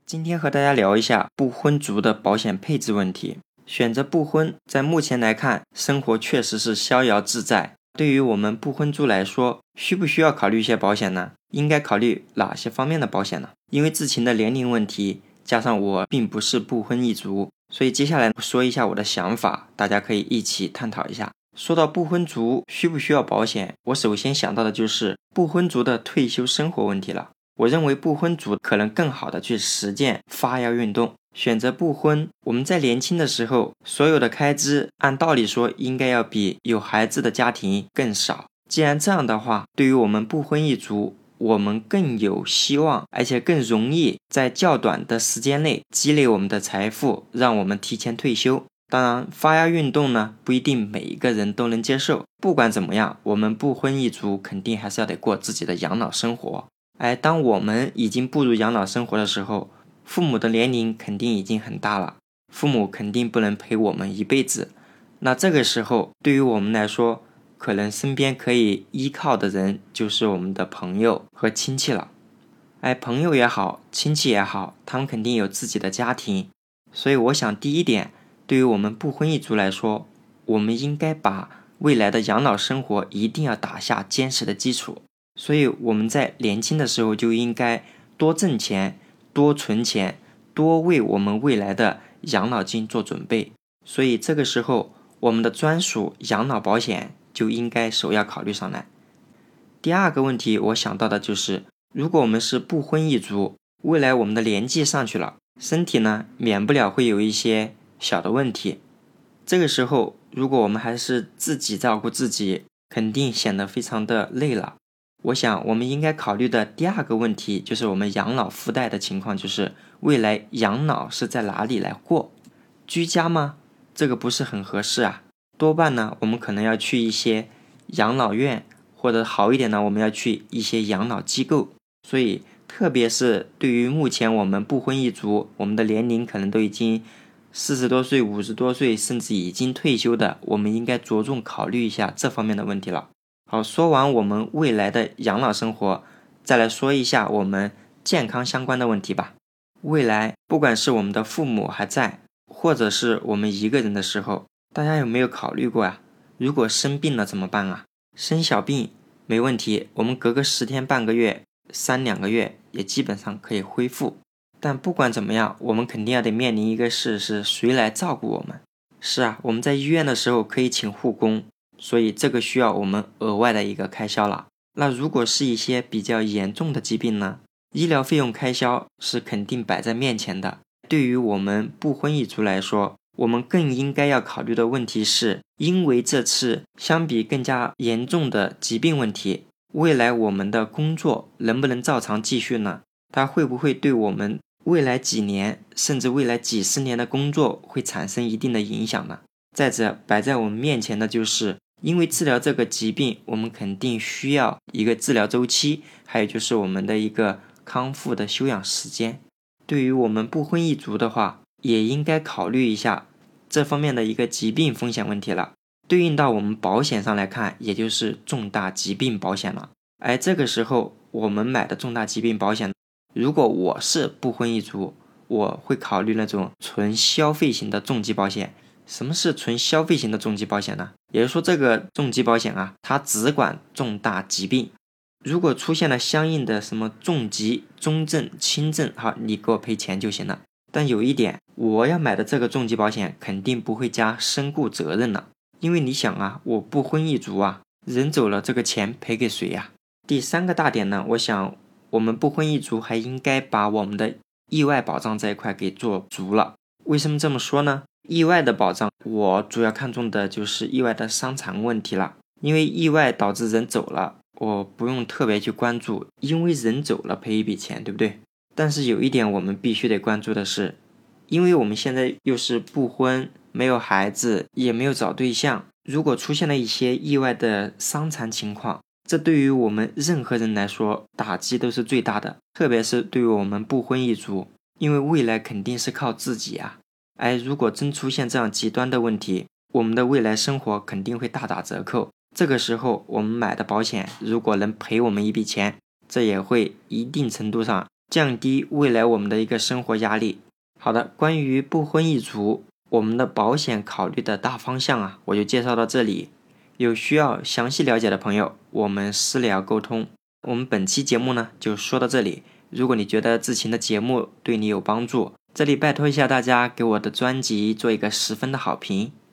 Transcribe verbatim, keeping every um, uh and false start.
今天和大家聊一下不婚族的保险配置问题。选择不婚，在目前来看，生活确实是逍遥自在。对于我们不婚族来说，需不需要考虑一些保险呢？应该考虑哪些方面的保险呢？因为自己的年龄问题，加上我并不是不婚一族，所以接下来说一下我的想法，大家可以一起探讨一下。说到不婚族需不需要保险，我首先想到的就是不婚族的退休生活问题了。我认为不婚族可能更好的去实践发腰运动。选择不婚，我们在年轻的时候，所有的开支按道理说应该要比有孩子的家庭更少。既然这样的话，对于我们不婚一族，我们更有希望，而且更容易在较短的时间内积累我们的财富，让我们提前退休。当然，发腰运动呢，不一定每一个人都能接受。不管怎么样，我们不婚一族肯定还是要得过自己的养老生活。而当我们已经步入养老生活的时候，父母的年龄肯定已经很大了，父母肯定不能陪我们一辈子。那这个时候，对于我们来说，可能身边可以依靠的人就是我们的朋友和亲戚了。而朋友也好，亲戚也好，他们肯定有自己的家庭。所以我想第一点，对于我们不婚一族来说，我们应该把未来的养老生活一定要打下坚实的基础。所以我们在年轻的时候就应该多挣钱，多存钱，多为我们未来的养老金做准备。所以这个时候，我们的专属养老保险就应该首要考虑上来。第二个问题我想到的就是，如果我们是不婚一族，未来我们的年纪上去了，身体呢免不了会有一些小的问题。这个时候，如果我们还是自己照顾自己，肯定显得非常的累了。我想我们应该考虑的第二个问题就是我们养老附带的情况，就是未来养老是在哪里来过？居家吗？这个不是很合适啊。多半呢，我们可能要去一些养老院，或者好一点呢，我们要去一些养老机构。所以特别是对于目前我们不婚一族，我们的年龄可能都已经四十多岁、五十多岁，甚至已经退休的，我们应该着重考虑一下这方面的问题了。好，说完我们未来的养老生活，再来说一下我们健康相关的问题吧。未来不管是我们的父母还在，或者是我们一个人的时候，大家有没有考虑过啊？如果生病了怎么办啊？生小病没问题，我们隔个十天半个月、三两个月也基本上可以恢复。但不管怎么样，我们肯定要得面临一个事，是谁来照顾我们？是啊，我们在医院的时候可以请护工，所以这个需要我们额外的一个开销了。那如果是一些比较严重的疾病呢？医疗费用开销是肯定摆在面前的。对于我们不婚一族来说，我们更应该要考虑的问题是，因为这次相比更加严重的疾病问题，未来我们的工作能不能照常继续呢？它会不会对我们未来几年甚至未来几十年的工作会产生一定的影响呢？再者，摆在我们面前的就是因为治疗这个疾病，我们肯定需要一个治疗周期，还有就是我们的一个康复的休养时间。对于我们不婚一族的话，也应该考虑一下这方面的一个疾病风险问题了。对应到我们保险上来看，也就是重大疾病保险了。而这个时候我们买的重大疾病保险，如果我是不婚一族，我会考虑那种纯消费型的重疾保险。什么是纯消费型的重疾保险呢？也就是说，这个重疾保险啊，它只管重大疾病，如果出现了相应的什么重疾、中症、轻症，好，你给我赔钱就行了。但有一点，我要买的这个重疾保险肯定不会加身故责任了，因为你想啊，我不婚一族啊，人走了这个钱赔给谁呀？第三个大点呢，我想我们不婚一族还应该把我们的意外保障这一块给做足了。为什么这么说呢？意外的保障，我主要看重的就是意外的伤残问题了。因为意外导致人走了，我不用特别去关注，因为人走了赔一笔钱，对不对？但是有一点我们必须得关注的是，因为我们现在又是不婚，没有孩子，也没有找对象，如果出现了一些意外的伤残情况，这对于我们任何人来说打击都是最大的，特别是对于我们不婚一族，因为未来肯定是靠自己啊。而如果真出现这样极端的问题，我们的未来生活肯定会大打折扣。这个时候我们买的保险如果能赔我们一笔钱，这也会一定程度上降低未来我们的一个生活压力。好的，关于不婚一族我们的保险考虑的大方向啊，我就介绍到这里。有需要详细了解的朋友，我们私聊沟通。我们本期节目呢就说到这里。如果你觉得志勤的节目对你有帮助，这里拜托一下大家给我的专辑做一个十分的好评。